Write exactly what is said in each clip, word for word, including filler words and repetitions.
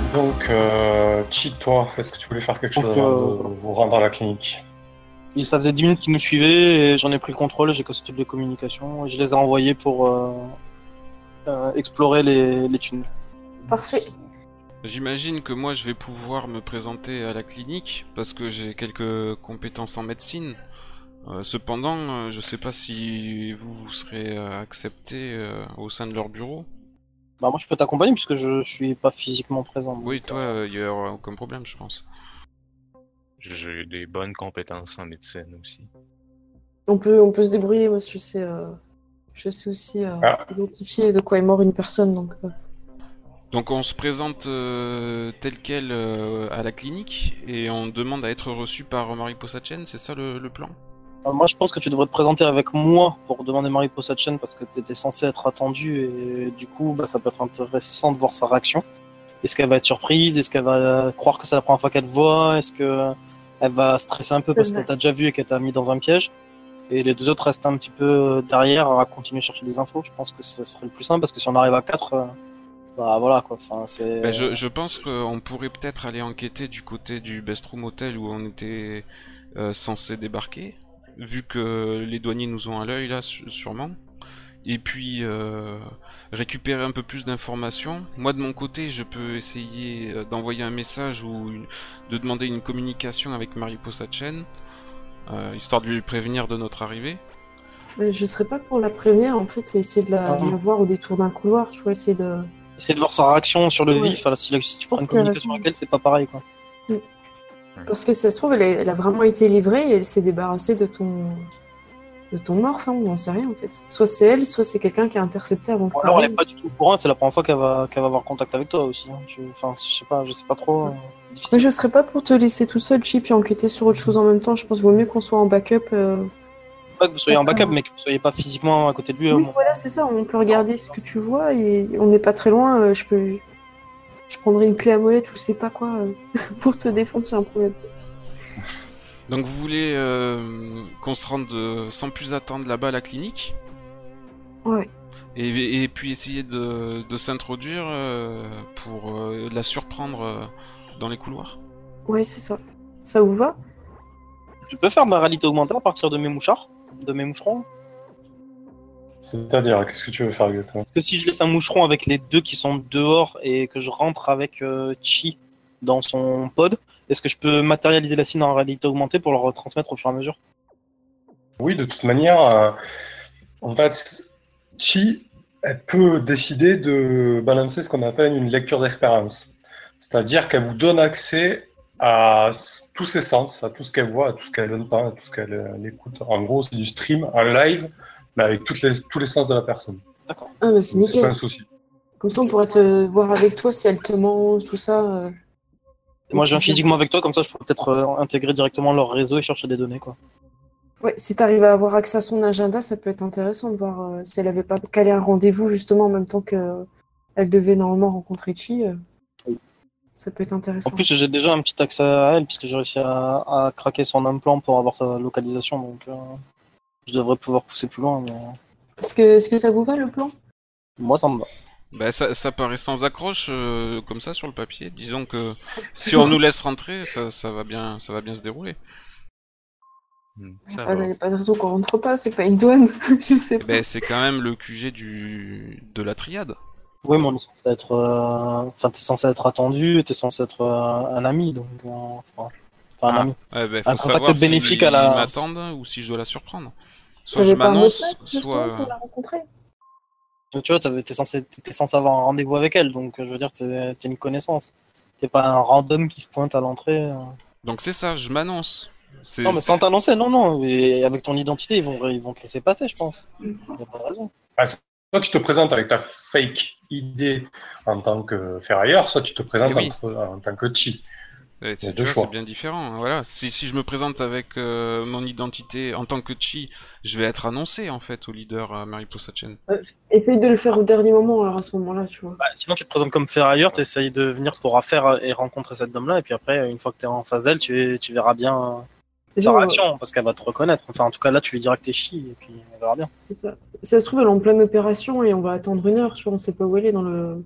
Donc, euh, Cheat, toi, est-ce que tu voulais faire quelque Donc, chose avant euh, de vous rendre à la clinique? Et ça faisait dix minutes qu'ils nous suivaient et j'en ai pris le contrôle, j'ai cassé toutes les communications et je les ai envoyés pour euh, euh, explorer les, les tunnels. Parfait. J'imagine que moi je vais pouvoir me présenter à la clinique parce que j'ai quelques compétences en médecine. Euh, cependant, euh, je sais pas si vous, vous serez euh, accepté euh, au sein de leur bureau. Bah moi je peux t'accompagner puisque je, je suis pas physiquement présent. Donc, Oui, toi, euh, il y aura aucun problème, je pense. J'ai des bonnes compétences en médecine aussi. On peut, on peut se débrouiller, moi je sais, euh, je sais aussi euh, Ah. identifier de quoi est mort une personne. Donc, euh. Donc on se présente euh, tel quel euh, à la clinique et on demande à être reçu par Mariposa Satchen, c'est ça le, le plan? euh, moi je pense que tu devrais te présenter avec moi pour demander Mariposa Satchen parce que tu étais censé être attendu et du coup bah, ça peut être intéressant de voir sa réaction. Est-ce qu'elle va être surprise? Est-ce qu'elle va croire que c'est la première fois qu'elle te voit? Est-ce qu'elle va stresser un peu parce qu'elle t'a déjà vu et qu'elle t'a mis dans un piège? Et les deux autres restent un petit peu derrière à continuer à chercher des infos. Je pense que ce serait le plus simple parce que si on arrive à quatre, euh, bah voilà quoi. Enfin, c'est... Ben, je, je pense qu'on pourrait peut-être aller enquêter du côté du Best Room Hotel où on était euh, censé débarquer, vu que les douaniers nous ont à l'œil là, sûrement. Et puis euh, récupérer un peu plus d'informations. Moi de mon côté, je peux essayer euh, d'envoyer un message ou une... de demander une communication avec Mariposa Satchen, euh, histoire de lui prévenir de notre arrivée. Mais je serais pas pour la prévenir, en fait, c'est essayer de la, de la voir au détour d'un couloir, tu vois, essayer de... Essayer de voir sa réaction sur le Ouais. vif. Alors, si, la- si tu Je prends pense une qu'elle communication a- avec elle, c'est pas pareil quoi. Parce que si ça se trouve, elle a, elle a vraiment été livrée et elle s'est débarrassée de ton... de ton morph, hein, on n'en sait rien, en fait. Soit c'est elle, soit c'est quelqu'un qui a intercepté avant que Ou alors elle est t'arrives. pas du tout au courant. C'est la première fois qu'elle va, qu'elle va avoir contact avec toi aussi. Hein. Je... Enfin, je sais pas, je sais pas trop. euh, Mais difficile. je serais pas pour te laisser tout seul, Chip, et enquêter sur autre chose en même temps. Je pense qu'il vaut mieux qu'on soit en backup. euh, Pas que vous soyez en D'accord. backup, mais que vous soyez pas physiquement à côté de lui. Oui, hein. voilà, c'est ça. On peut regarder ce que tu vois et on n'est pas très loin. euh, Je peux, je prendrai une clé à molette ou je sais pas quoi euh, pour te défendre si y a un problème. Donc vous voulez euh, qu'on se rende euh, sans plus attendre là-bas à la clinique Ouais. et, et puis essayer de, de s'introduire euh, pour euh, la surprendre euh, dans les couloirs. Ouais, c'est ça. Ça vous va? Je peux faire de la réalité augmentée à partir de mes mouchards, de mes moucherons. C'est-à-dire, qu'est-ce que tu veux faire exactement? Parce que si je laisse un moucheron avec les deux qui sont dehors et que je rentre avec euh, Chi dans son pod, est-ce que je peux matérialiser la scène en réalité augmentée pour le retransmettre au fur et à mesure? Oui, de toute manière, euh, en fait, Chi, elle peut décider de balancer ce qu'on appelle une lecture d'expérience. C'est-à-dire qu'elle vous donne accès à s- tous ses sens, à tout ce qu'elle voit, à tout ce qu'elle entend, à tout ce qu'elle euh, elle écoute. En gros, c'est du stream en live, mais avec toutes les, tous les sens de la personne. D'accord. Ah, bah c'est Donc, c'est pas nickel. un souci. Comme ça, on pourrait te voir avec toi si elle te mange, tout ça. euh. Et moi, je viens Et puis, physiquement avec toi, comme ça, je pourrais peut-être euh, intégrer directement leur réseau et chercher des données, quoi. Ouais, si t'arrives à avoir accès à son agenda, ça peut être intéressant de voir euh, si elle avait pas calé un rendez-vous justement en même temps que euh, elle devait normalement rencontrer Chi. euh, Oui. Ça peut être En intéressant. plus, j'ai déjà un petit accès à elle, puisque j'ai réussi à, à craquer son implant pour avoir sa localisation, donc euh, je devrais pouvoir pousser plus loin, mais Est-ce que, est-ce que ça vous va le plan? moi, ça me va. Bah ça, ça paraît sans accroche euh, comme ça sur le papier. Disons que si on nous laisse rentrer, ça, ça va bien, ça va bien se dérouler. Hmm, ça Ah, va. il n'y a pas de raison qu'on rentre pas, c'est pas une douane. Je sais pas. Ben c'est quand même le Q G du de la triade. Oui, mais on est censé être. euh, Enfin, t'es censé être attendu, t'es censé être euh, un ami, donc. euh, Enfin, enfin, un Ah, ami. ouais, ben Un faut contact savoir bénéfique si à la- ils m'attendent ou si je dois la surprendre. Soit je T'avais pas un mot de m'annonce, passe justement pour soit la rencontrer? Donc, tu vois, t'avais- t'es censé, t'es censé avoir un rendez-vous avec elle, donc euh, je veux dire, t'es t'es une connaissance. T'es pas un random qui se pointe à l'entrée. euh. donc c'est ça, je m'annonce. C'est Non, mais sans t'annoncer, non, non. Et avec ton identité, ils vont, ils vont te laisser passer, je pense. Y a pas de raison. Ah, soit tu te présentes avec ta fake idée en tant que ferrailleur, soit tu te présentes Eh oui. entre- en tant que chi. Ouais, Il y a tu deux vois, choix. c'est bien différent. Hein, voilà. Si, si je me présente avec euh, mon identité en tant que Chi, je vais être annoncé en fait au leader euh, Mariposa Chen. Essaye de le faire au dernier moment, alors à ce moment-là, tu vois. Bah, sinon, tu te présentes comme ferrailleur, t'essayes de venir pour affaire et rencontrer cette dame-là, et puis après, une fois que t'es en face d'elle, tu, tu verras bien euh, Et sa puis, réaction, parce qu'elle va te reconnaître. Enfin, en tout cas, là, tu lui diras que t'es chi, et puis on verra bien. C'est ça. Si ça se trouve, elle est en pleine opération et on va attendre une heure, tu vois, on sait pas où elle est dans le,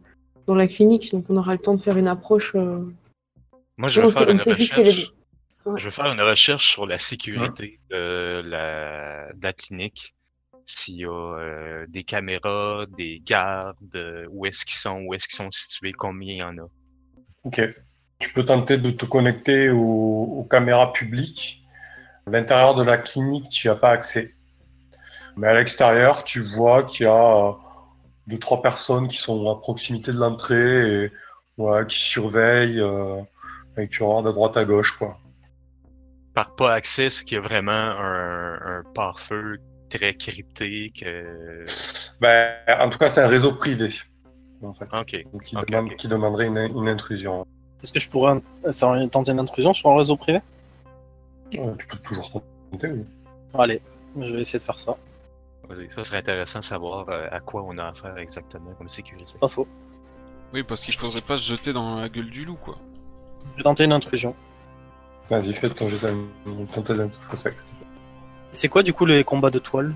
dans la clinique, donc on aura le temps de faire une approche. Euh... Moi, je on veux sait, faire on une sait juste qu'elle est. recherche. Ouais. Je veux faire une recherche sur la sécurité de, la, de la clinique. S'il y a euh, des caméras, des gardes, euh, où est-ce qu'ils sont, où est-ce qu'ils sont situés, combien il y en a. Ok. Tu peux tenter de te connecter aux, aux caméras publiques. À l'intérieur de la clinique, tu n'as pas accès. Mais à l'extérieur, tu vois qu'il y a euh, deux, trois personnes qui sont à proximité de l'entrée et ouais, qui surveillent euh, et qui regardent à droite à gauche, quoi. Par pas accès, c'est qu'il y a vraiment un, un pare-feu très crypté que... Ben, en tout cas, c'est un réseau privé, en fait, Ok, donc qui, ok, demande, ok. qui demanderait une, une intrusion. Est-ce que je pourrais faire une, tenter une intrusion sur un réseau privé? Euh, tu peux toujours tenter, oui. Allez, je vais essayer de faire ça. Vas-y, ça serait intéressant de savoir euh, à quoi on a affaire exactement comme sécurité. Pas faux. Oui, parce qu'il faudrait pas se jeter dans la gueule du loup, quoi. Je vais tenter une intrusion. Vas-y, fais ton jet d'infosex. C'est quoi du coup les combats de toile?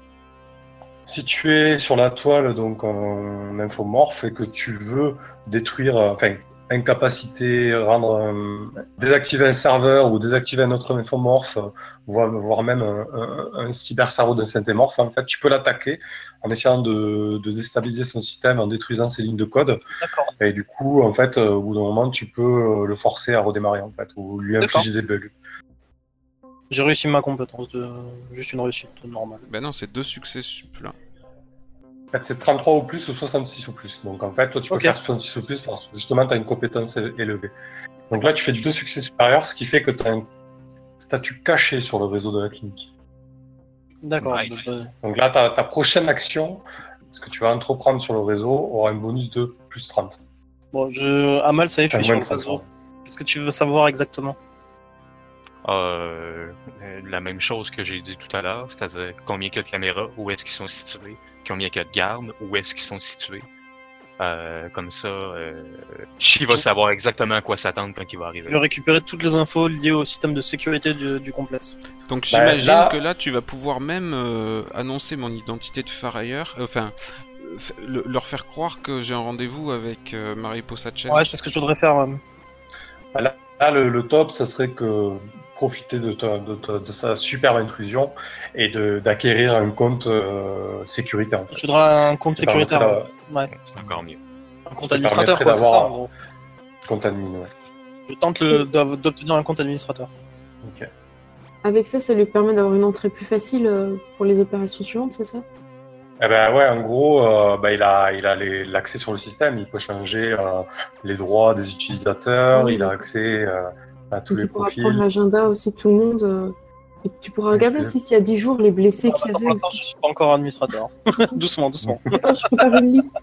Si tu es sur la toile, donc en infomorphe, et que tu veux détruire, euh, enfin, incapaciter, rendre, euh, désactiver un serveur ou désactiver un autre infomorphe, euh, voire, voire même un, un, un cybercerveau d'un synthomorphe, en fait, tu peux l'attaquer en essayant de, de déstabiliser son système, en détruisant ses lignes de code. D'accord. Et du coup, en fait, euh, au bout d'un moment, tu peux euh, le forcer à redémarrer, en fait, ou lui infliger des bugs. J'ai réussi ma compétence de juste une réussite normale. Ben non, c'est deux succès sup là. En fait, c'est trente-trois ou plus ou soixante-six ou plus. Donc en fait, toi, tu peux Ok. faire soixante-six ou plus parce que justement, tu as une compétence é- élevée. Donc là, tu fais deux succès supérieurs, ce qui fait que tu as un statut caché sur le réseau de la clinique. D'accord. Nice. bah, bah, Donc là, ta, ta prochaine action, ce que tu vas entreprendre sur le réseau, aura un bonus de plus trente. Bon, je... Amal, ça y est, je Enfin, suis sur moins le de trente, réseau. Qu'est-ce que tu veux savoir exactement? Euh, la même chose que j'ai dit tout à l'heure, c'est-à-dire combien il y a de caméras, où est-ce qu'ils sont situés, combien il y a de gardes, où est-ce qu'ils sont situés. Euh, comme ça, euh, Chi va savoir exactement à quoi s'attendre quand il va Je vais arriver. récupérer toutes les infos liées au système de sécurité du, du complexe. Donc Bah, j'imagine là- que là tu vas pouvoir même euh, annoncer mon identité de Farailleur, euh, enfin euh, f- le- leur faire croire que j'ai un rendez-vous avec euh, Maripo Satchen. Ouais, c'est ce que je voudrais faire. euh. Là, là, le, le top, ça serait que profiter de, ta- de, ta- de sa superbe intrusion et de- d'acquérir un compte euh, sécurité, en fait. Je voudrais un compte Ça permettrait sécuritaire. d'avoir- Ouais, C'est encore mieux. un compte te administrateur, permettrait quoi, c'est ça d'avoir- en gros. Compte admin, ouais. Je tente le- d'av- d'obtenir un compte administrateur. Ok. Avec ça, ça lui permet d'avoir une entrée plus facile euh, pour les opérations suivantes, c'est ça? Eh ben ouais, en gros, euh, bah, il a, il a les- l'accès sur le système. Il peut changer euh, les droits des utilisateurs. Oui, il a d'accord. accès euh, à tous Donc les tu pourras profils. prendre l'agenda aussi de tout le monde. euh, et tu pourras regarder Ok. aussi s'il y a dix jours les blessés Ah, qu'il y attends, avait. pour l'instant, je suis pas encore administrateur. doucement, doucement. Attends, je prépare une liste.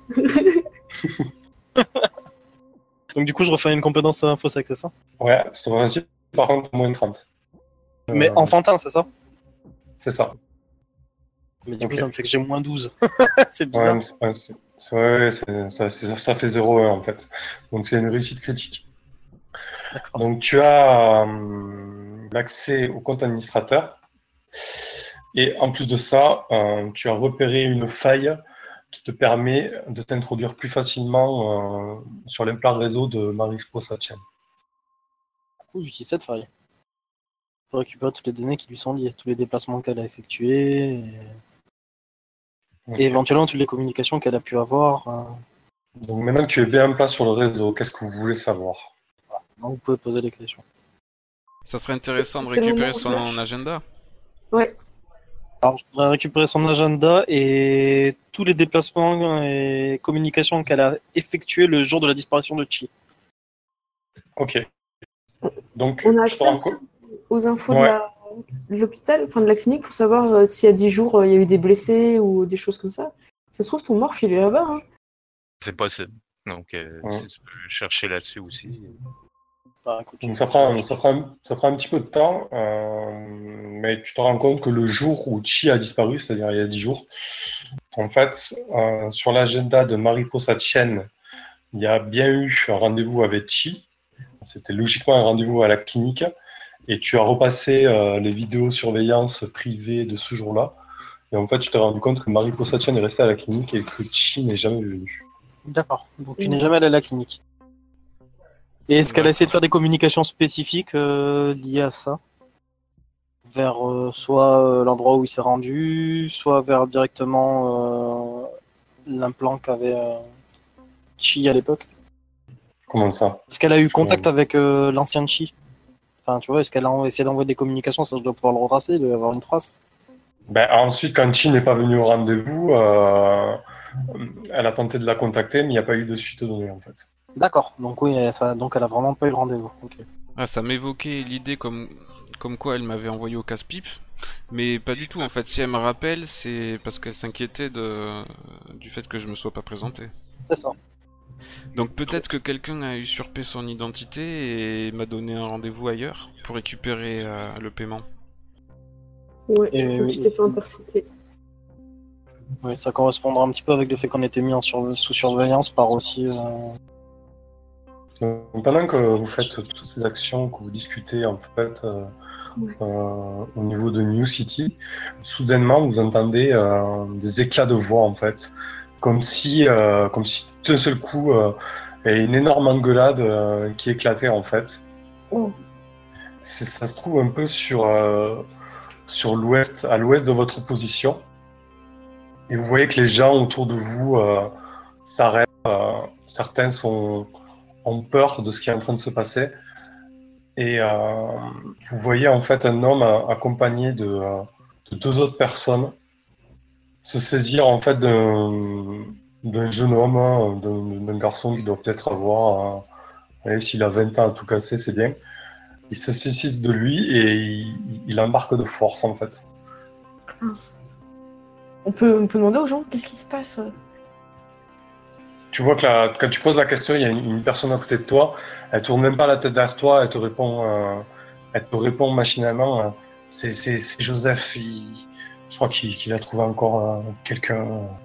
Donc du coup, je refais une compétence infosec, c'est ça? Ouais, c'est principe, par contre, moins de trente. Mais Euh, enfantin, c'est ça? C'est ça. Mais du Ok. coup, ça me fait que j'ai moins douze. c'est Ouais, bizarre. mais c'est pas- c'est- c'est- ouais, c'est- ça, c'est- ça fait zéro virgule un en fait. Donc c'est une réussite critique. D'accord. Donc tu as euh, l'accès au compte administrateur. Et en plus de ça, euh, tu as repéré une faille qui te permet de t'introduire plus facilement euh, sur l'implant réseau de Maripo Satchen. Du coup, j'utilise cette faille. Je récupère toutes les données qui lui sont liées, tous les déplacements qu'elle a effectués, et, Ok. et éventuellement toutes les communications qu'elle a pu avoir. euh. Donc maintenant que tu es bien en place sur le réseau, qu'est-ce que vous voulez savoir? Donc vous pouvez poser des questions. Ça serait intéressant de C'est- c'est le récupérer moment son où ça- agenda. Ouais. Alors, je voudrais récupérer son agenda et tous les déplacements et communications qu'elle a effectués le jour de la disparition de Chi. Ok. Donc, On a je te accès rends aussi compte- aux infos Ouais. de la- de l'hôpital, enfin de la clinique, pour savoir euh, s'il y a dix jours euh, il y a eu des blessés ou des choses comme ça. Ça se trouve, ton morph, il est là-bas. Hein. C'est possible. Donc, euh, Ouais. si tu peux chercher là-dessus aussi. Bah, écoute, Donc je- ça prend, ça, prend, un- ça prend un petit peu de temps, euh, mais tu te rends compte que le jour où Chi a disparu, c'est-à-dire il y a dix jours, en fait, euh, sur l'agenda de Maripo Satchen, il y a bien eu un rendez-vous avec Chi. C'était logiquement un rendez-vous à la clinique, et tu as repassé euh, les vidéosurveillance privées de ce jour-là. Et en fait, tu t'es rendu compte que Maripo Satchen est resté à la clinique et que Chi n'est jamais venu. D'accord. Donc tu n'es jamais allé à la clinique. Et est-ce qu'elle a essayé de faire des communications spécifiques euh, liées à ça? Vers euh, soit euh, l'endroit où il s'est rendu, soit vers directement euh, l'implant qu'avait euh, Chi à l'époque? Comment ça? Est-ce qu'elle a eu Je contact comprends. avec euh, l'ancien Chi? Enfin, tu vois, est-ce qu'elle a essayé d'envoyer des communications? Ça, je dois pouvoir le retracer, il doit y avoir une trace. Ben, ensuite, quand Chi n'est pas venu au rendez-vous, euh, elle a tenté de la contacter, mais il n'y a pas eu de suite donnée en fait. D'accord. Donc oui, elle- ça, donc elle a vraiment pas eu le rendez-vous. Ok. Ah, ça m'évoquait l'idée comme, comme quoi elle m'avait envoyé au casse-pipe, mais pas du tout en fait. Si elle me rappelle, c'est parce qu'elle s'inquiétait de, du fait que je me sois pas présenté. C'est ça. Donc peut-être que quelqu'un a usurpé son identité et m'a donné un rendez-vous ailleurs pour récupérer euh, le paiement. Ouais, Et donc oui, tu t'es fait intercepter. oui, ça correspondra un petit peu avec le fait qu'on était mis en sur- sous surveillance par aussi. euh, Donc, pendant que vous faites toutes ces actions, que vous discutez en fait euh, Ouais. euh, au niveau de New City, soudainement vous entendez euh, des éclats de voix en fait, comme si, euh, comme si d'un seul coup, euh, il y a une énorme engueulade euh, qui éclatait en fait. Oh. C'est- Ça se trouve un peu sur, euh, sur l'ouest, à l'ouest de votre position, et vous voyez que les gens autour de vous euh, s'arrêtent. Euh, certains sont, ont peur de ce qui est en train de se passer. Et euh, vous voyez en fait un homme euh, accompagné de, euh, de deux autres personnes se saisir en fait d'un d'un jeune homme, hein, d'un d'un garçon qui doit peut-être avoir, euh, allez, s'il a vingt ans à tout casser, c'est bien. Ils se saisissent de lui et il, il embarque de force en fait. Mince. On peut, on peut demander aux gens qu'est-ce qui se passe. euh Tu vois que la- quand tu poses la question, il y a une, une personne à côté de toi, elle tourne même pas la tête vers toi, elle te répond, euh, elle te répond machinalement. euh, c'est c'est- c'est Joseph, il- je crois qu'il qu'il a trouvé encore euh, quelqu'un.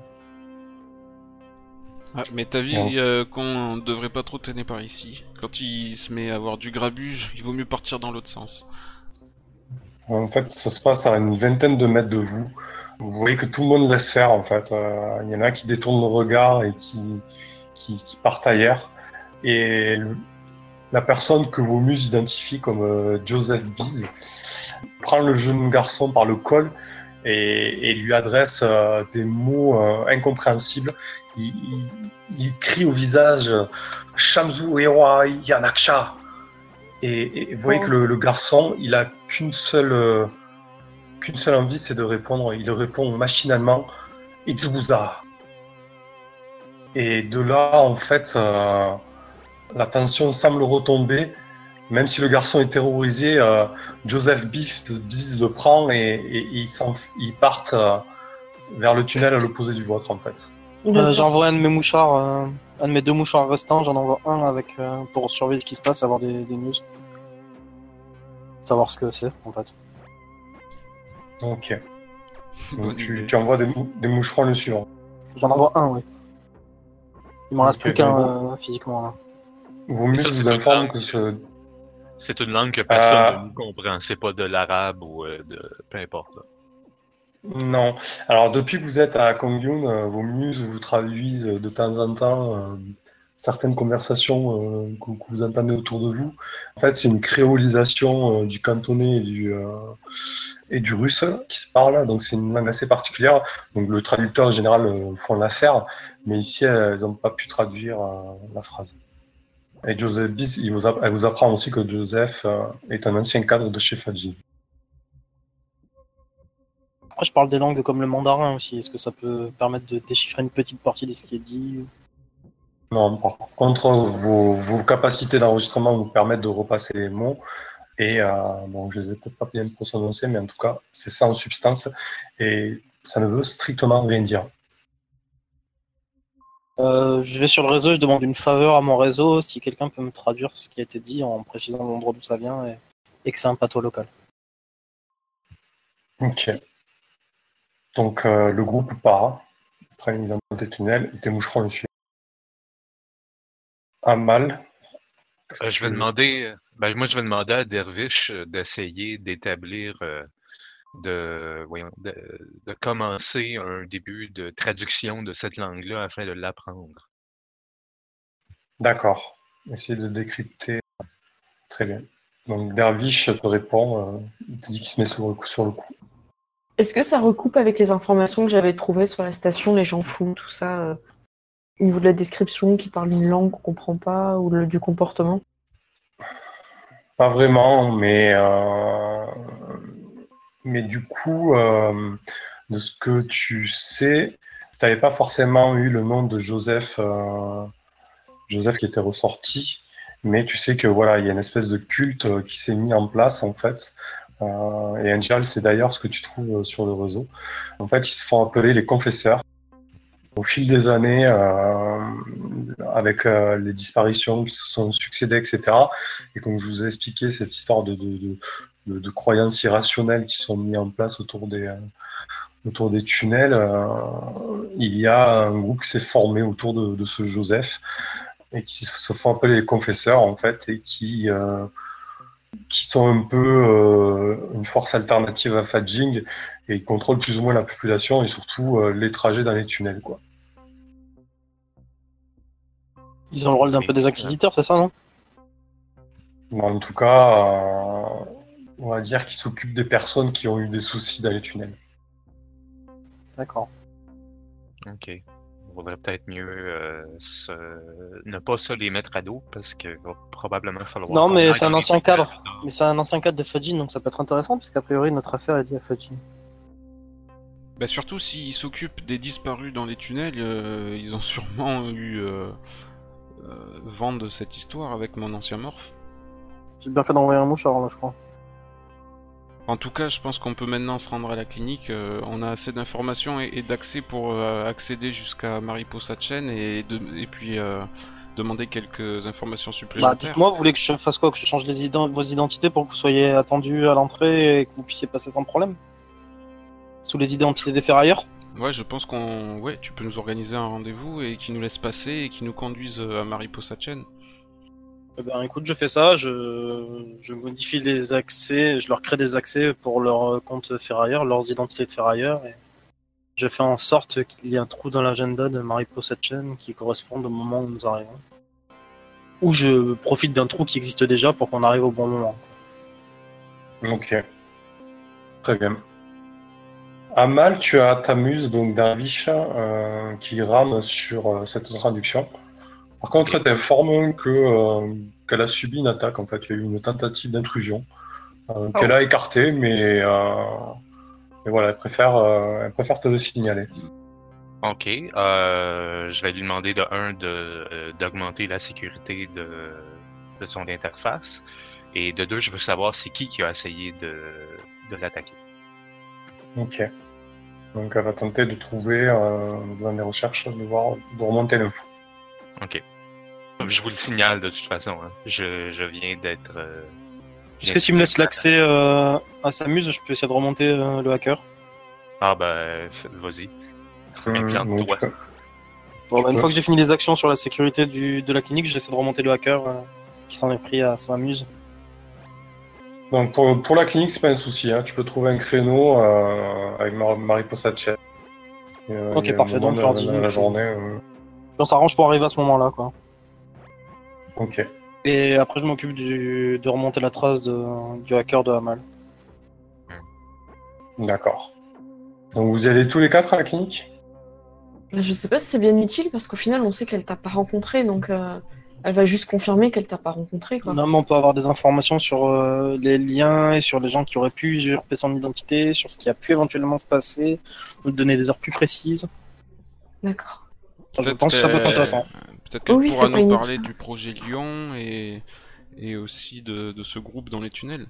Ah, mais t'as Et en, vu euh, qu'on devrait pas trop traîner par ici. Quand il se met à avoir du grabuge, il vaut mieux partir dans l'autre sens. en fait, ça se passe à une vingtaine de mètres de vous. Vous voyez que tout le monde laisse faire en fait. Euh, Il y en a qui détournent le regard et qui, qui, qui partent ailleurs. Et le- la personne que vos muses identifient comme euh, Joseph Bees prend le jeune garçon par le col et, et lui adresse euh, des mots euh, incompréhensibles. Il, il, il crie au visage euh, Shamzu Ewa Yanaksha. Et, et vous voyez que le, le garçon, il a qu'une seule, euh, qu'une seule envie, c'est de répondre. Il répond machinalement Itsubuza. Et de là, en fait, euh, la tension semble retomber. Même si le garçon est terrorisé, euh, Joseph Biff Biz le prend et, et, et ils, ils, partent euh, vers le tunnel à l'opposé du vôtre en fait. Euh, j'envoie un de mes mouchards, euh, un de mes deux mouchards restants, j'en envoie un avec euh, pour surveiller ce qui se passe, avoir des, des news. Savoir ce que c'est en fait. Ok. Bonne Donc tu, idée. tu envoies des, des moucherons le suivant. J'en envoie un, oui. Il m'en reste Okay, plus qu'un vous, euh, physiquement là. Vos muses vous informent que ce. C'est une langue que personne Euh, ne nous comprend. C'est pas de l'arabe ou euh, de. Peu importe. Là. non. Alors depuis que vous êtes à Kongyun, euh, vos muses vous traduisent de temps en temps euh, certaines conversations euh, que, que vous entendez autour de vous. En fait, c'est une créolisation euh, du cantonais et du, euh, et du russe qui se parle, donc c'est une langue assez particulière. Donc le traducteur en général euh, font l'affaire, mais ici elles n'ont pas pu traduire euh, la phrase. Et Joseph Bis, il vous, elle vous apprend aussi que Joseph euh, est un ancien cadre de chez Faji. Après, je parle des langues comme le mandarin aussi. Est-ce que ça peut permettre de déchiffrer une petite partie de ce qui est dit? Non, par contre, vos, vos capacités d'enregistrement vous permettent de repasser les mots. Et euh, bon, je les ai peut-être pas bien prononcés, mais en tout cas, c'est ça en substance. Et ça ne veut strictement rien dire. Euh, je vais sur le réseau, je demande une faveur à mon réseau si quelqu'un peut me traduire ce qui a été dit en précisant l'endroit d'où ça vient et, et que c'est un patois local. Ok. Donc euh, le groupe part. Après, ils ont des tunnels et tes moucherons le suivent. Amal. Euh, je vais demander. Ben, moi, je vais demander à Dervish euh, d'essayer d'établir. Euh, de, voyons, de, de commencer un début de traduction de cette langue-là afin de l'apprendre. D'accord. Essayer de décrypter. Très bien. Donc Dervish te répond, euh, il te dit qu'il se met sur le coup. Sur le coup. Est-ce que ça recoupe avec les informations que j'avais trouvées sur la station, les gens fous, tout ça, euh, au niveau de la description, qui parle une langue qu'on comprend pas, ou le- du comportement? Pas vraiment, mais, euh, mais du coup, euh, de ce que tu sais, tu n'avais pas forcément eu le nom de Joseph, euh, Joseph qui était ressorti, mais tu sais que voilà, il y a une espèce de culte euh, qui s'est mis en place en fait. Euh, et Angel, c'est d'ailleurs ce que tu trouves euh, sur le réseau. En fait, ils se font appeler les confesseurs. Au fil des années, euh, avec euh, les disparitions qui se sont succédées, et cetera. Et comme je vous ai expliqué, cette histoire de, de, de, de, de croyances irrationnelles qui sont mises en place autour des, euh, autour des tunnels, euh, il y a un groupe qui s'est formé autour de, de ce Joseph et qui se font appeler les confesseurs, en fait, et qui, euh, qui sont un peu euh, une force alternative à Fadjing et ils contrôlent plus ou moins la population et surtout euh, les trajets dans les tunnels, quoi. Ils ont le rôle d'un peu des inquisiteurs, c'est ça, non? En tout cas, euh, on va dire qu'ils s'occupent des personnes qui ont eu des soucis dans les tunnels. D'accord. Ok. Il vaudrait peut-être mieux euh, se... ne pas se les mettre à dos parce qu'il va probablement falloir. Non, qu'on mais aille c'est un dans les ancien tunnels. cadre. Mais c'est un ancien cadre de Fudgin, donc ça peut être intéressant, puisqu'a priori notre affaire est liée à Fudgin. Bah surtout s'ils s'occupent des disparus dans les tunnels, euh, ils ont sûrement eu euh, euh, vent de cette histoire avec mon ancien morph. J'ai bien fait d'envoyer un mouchard, là, je crois. En tout cas, je pense qu'on peut maintenant se rendre à la clinique. Euh, on a assez d'informations et, et d'accès pour euh, accéder jusqu'à Mariposa Chen et, de, et puis euh, demander quelques informations Bah, supplémentaires. dites-moi, vous voulez que je fasse quoi? Que je change les ident- vos identités pour que vous soyez attendus à l'entrée et que vous puissiez passer sans problème? Sous les identités des ferrailleurs? Ouais, je pense qu'on... Ouais, tu peux nous organiser un rendez-vous et qui nous laisse passer et qui nous conduise à Mariposa Chen. Eh ben, écoute, je fais ça, je... je modifie les accès, je leur crée des accès pour leur compte ferrailleur, leurs identités de ferrailleurs, et je fais en sorte qu'il y ait un trou dans l'agenda de Mariposa Chen qui corresponde au moment où nous arrivons. Ou je profite d'un trou qui existe déjà pour qu'on arrive au bon moment. Ok. Très bien. Amal, tu as ta muse, donc Dervish, euh, qui rame sur euh, cette traduction. Par contre, tu informes que, euh, qu'elle a subi une attaque, en fait. Il y a eu une tentative d'intrusion euh, Ah qu'elle oui. a écartée, mais, euh, mais voilà, elle préfère, euh, elle préfère te le signaler. Ok. Euh, je vais lui demander de un de euh, d'augmenter la sécurité de, de son interface. Et de deux, je veux savoir c'est qui qui a essayé de, de l'attaquer. Ok. Donc elle va tenter de trouver, euh, en faisant des recherches, de, voir, de remonter l'info. Ok. Je vous le signale de toute façon. Hein. Je, je viens d'être. Euh, Est-ce que s'il me laisse l'accès euh, à sa muse, je peux essayer de remonter euh, le hacker? Ah ben, vas-y. Hum, Implante-toi. oui, tu peux. Bon, bah, une peux. fois que j'ai fini les actions sur la sécurité du, de la clinique, j'essaie de remonter le hacker euh, qui s'en est pris à sa muse. Donc pour, pour la clinique, c'est pas un souci. Hein. Tu peux trouver un créneau euh, avec Mar Mariposa Chen. Euh, Ok, il y a un parfait, moment donc je de, leur de dis. la que- journée. euh, On s'arrange pour arriver à ce moment-là, quoi. Ok. Et après, je m'occupe du... de remonter la trace de... du hacker de Hamal. D'accord. Donc vous y allez tous les quatre à la clinique? Je sais pas si c'est bien utile parce qu'au final, on sait qu'elle t'a pas rencontré, donc euh, elle va juste confirmer qu'elle t'a pas rencontré, quoi. Non, mais on peut avoir des informations sur euh, les liens et sur les gens qui auraient pu usurper son identité, sur ce qui a pu éventuellement se passer, nous donner des heures plus précises. D'accord. Je Peut-être pense que ça peut être qu'elle- intéressant. Peut-être qu'elle Oh oui, pourra c'est pas nous inutile. parler du projet Lyon et, et aussi de, de ce groupe dans les tunnels.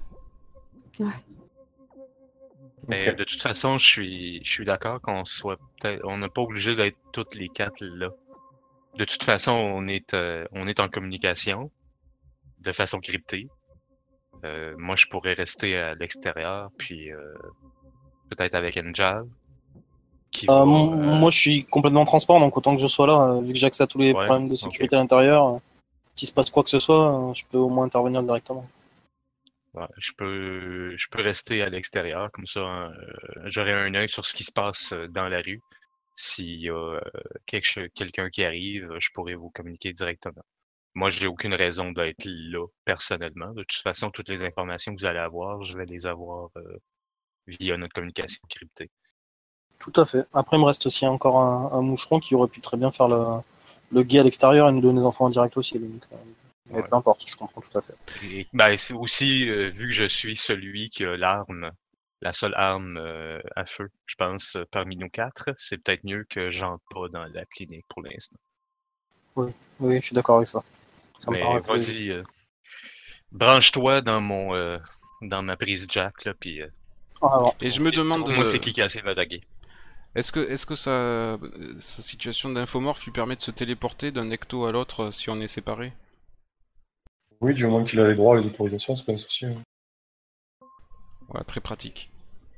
Mais Ok. de toute façon, je suis, je suis d'accord qu'on soit peut-être, on n'est pas obligé d'être toutes les quatre là. De toute façon, on est, euh, on est en communication de façon cryptée. Euh, moi, je pourrais rester à l'extérieur, puis euh, peut-être avec Enjal, qui va. Euh, m- euh, moi, je suis complètement transparent, donc autant que je sois là, euh, vu que j'ai accès à tous les Ouais, problèmes de ok. sécurité à l'intérieur, euh, s'il se passe quoi que ce soit, euh, je peux au moins intervenir directement. Ouais, je peux, je peux rester à l'extérieur, comme ça, euh, j'aurai un œil sur ce qui se passe euh, dans la rue. S'il y a euh, quelque cho- quelqu'un qui arrive, je pourrais vous communiquer directement. moi, j'ai aucune raison d'être là, personnellement. De toute façon, toutes les informations que vous allez avoir, je vais les avoir euh, via notre communication cryptée. Tout à fait. Après, il me reste aussi encore un, un moucheron qui aurait pu très bien faire le, le guet à l'extérieur et nous donner les enfants en direct aussi. Donc, euh, mais Ouais. peu importe, je comprends tout à fait. Et, ben, c'est aussi, euh, vu que je suis celui qui a l'arme, la seule arme euh, à feu, je pense, euh, parmi nous quatre, c'est peut-être mieux que j'entre pas dans la clinique pour l'instant. Oui, oui, je suis d'accord avec ça. Ça me Mais paraît assez logique. vas-y, euh, branche-toi dans mon euh, dans ma prise jack, là, puis euh, En avant. Et je me demande, moi c'est euh, qui qui a essayé de m'attaquer. est-ce que, est-ce que sa, sa situation d'infomorphe lui permet de se téléporter d'un ecto à l'autre euh, si on est séparés? Oui, du moment qu'il a les droits et les autorisations, c'est pas un souci. hein. Voilà, très pratique.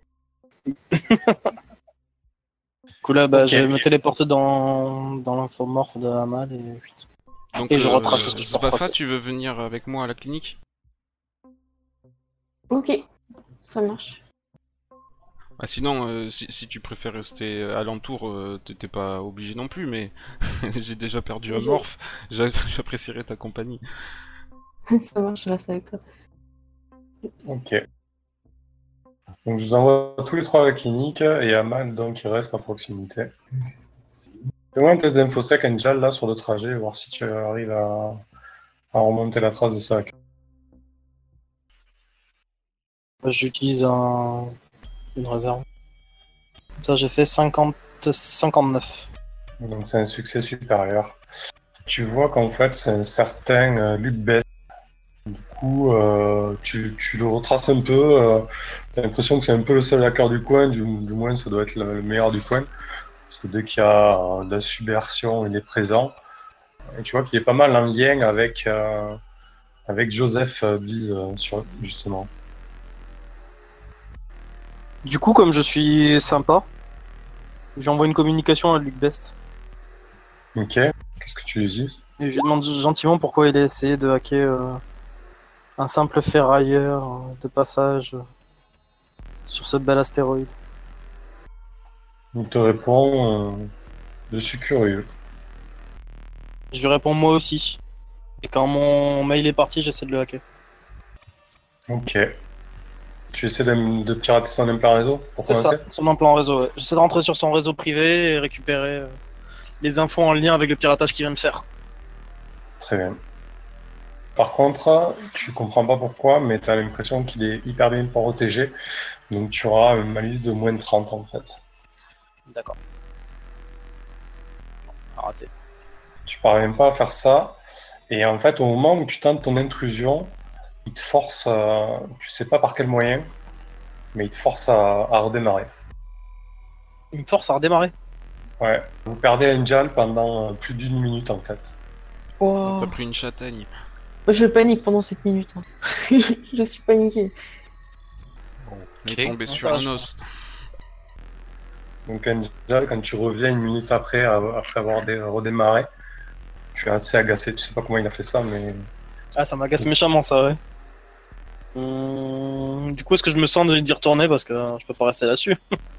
Du coup, là, bah, Ok, je vais ok. me téléporter dans, dans l'infomorphe de Amal et... Donc, Et je euh, retrace ce que je peux Zvafa, retracer. tu veux venir avec moi à la clinique? Ok, ça marche. Ah, sinon, euh, si, si tu préfères rester alentour, euh, t'es t'es pas obligé non plus, mais j'ai déjà perdu un Je- morph, j'a- j'apprécierais ta compagnie. Ça marche, je reste avec toi. Ok. Donc je vous envoie tous les trois à la clinique et Amal donc il reste à proximité. Fais-moi un test d'infosec Angel là sur le trajet, voir si tu arrives à, à remonter la trace de ça. J'utilise un... une réserve. Comme ça, j'ai fait cinquante... cinquante-neuf. Donc c'est un succès supérieur. Tu vois qu'en fait c'est un certain euh, Luc Bess. Du coup, euh, tu, tu le retraces un peu. Euh, T'as l'impression que c'est un peu le seul hacker du coin, du, du moins ça doit être le, le meilleur du coin. Parce que dès qu'il y a euh, de la subversion, il est présent. Et tu vois qu'il est pas mal en lien avec, euh, avec Joseph euh, Bise, euh, sur, justement. Du coup, comme je suis sympa, j'envoie une communication à Luc Best. Ok, qu'est-ce que tu lui dis? Et je lui demande gentiment pourquoi il a essayé de hacker euh, un simple ferrailleur euh, de passage euh, sur ce bel astéroïde. Il te répond euh, je suis curieux. Je lui réponds moi aussi. Et quand mon mail est parti, j'essaie de le hacker. Ok. Tu essaies de, de pirater son implant réseau pour C'est ça, commencer? son implant réseau. Ouais. J'essaie de rentrer sur son réseau privé et récupérer euh, les infos en lien avec le piratage qu'il vient de faire. Très bien. Par contre, tu comprends pas pourquoi, mais tu as l'impression qu'il est hyper bien protégé. Donc tu auras un malus de moins de trente en fait. D'accord. Raté. Tu parviens pas à faire ça. Et en fait, au moment où tu tentes ton intrusion, il te force, euh, tu sais pas par quel moyen, mais il te force à, à redémarrer. Il me force à redémarrer. Ouais. Vous perdez Angel pendant euh, plus d'une minute en fait. Wow. T'as pris une châtaigne. Moi, je panique pendant cette minute. hein. Je suis paniquée. On Ok. est tombé Non, sur ça un va. os. Donc Angel, quand tu reviens une minute après, euh, après avoir dé- redémarré, tu es assez agacé. Tu sais pas comment il a fait ça, mais Ah, ça m'agace méchamment, ça, ouais. Hum, du coup, est-ce que je me sens d'y retourner parce que euh, je peux pas rester là-dessus.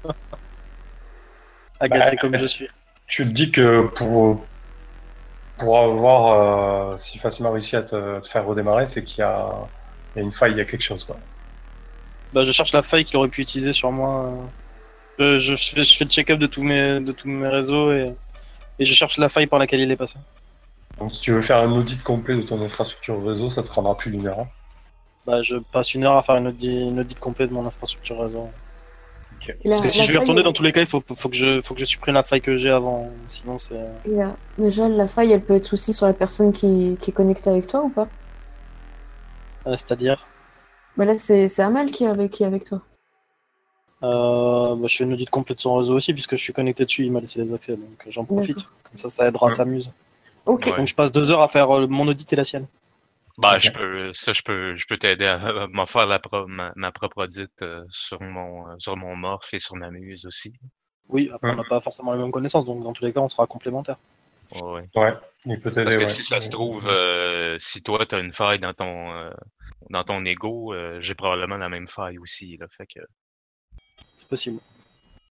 Agacé Bah, comme je suis. tu te dis que pour, pour avoir euh, si facilement réussi à te, te faire redémarrer, c'est qu'il y a, il y a une faille, il y a quelque chose quoi. Bah, je cherche la faille qu'il aurait pu utiliser sur moi. euh. Je, je fais, je fais le check-up de tous mes, de tous mes réseaux et, et je cherche la faille par laquelle il est passé. Donc si tu veux faire un audit complet de ton infrastructure réseau, ça te prendra plus d'une heure. hein. Bah, je passe une heure à faire une audit, une audit complète de mon infrastructure réseau. Ok. Et la- Parce que si la je vais faille, retourner, elle- dans tous les cas, il faut, faut, que, je, faut que je supprime la faille que j'ai avant. Sinon, c'est. et la- Déjà, la faille, elle peut être aussi sur la personne qui, qui est connectée avec toi ou pas? euh, C'est-à-dire. Bah là, c'est c'est Amal qui est avec, qui est avec toi. Euh, bah, je fais une audit complète de son réseau aussi, puisque je suis connecté dessus, il m'a laissé les accès, donc j'en profite. D'accord. Comme ça, ça aidera à Ouais. s'amuse. Ok. Ouais. Donc je passe deux heures à faire euh, mon audit et la sienne. Bah, Ok. je peux, ça, je peux, je peux t'aider à, à m'en faire la pro- ma, ma propre audit euh, sur mon, euh, sur mon morph et sur ma muse aussi. Oui, après, on Ouais. n'a pas forcément les mêmes connaissances, donc dans tous les cas, on sera complémentaires. Ouais. Ouais, il peut Parce t'aider, que ouais. si ça se trouve, euh, si toi t'as une faille dans ton, euh, dans ton ego, euh, j'ai probablement la même faille aussi. Là, fait que C'est possible.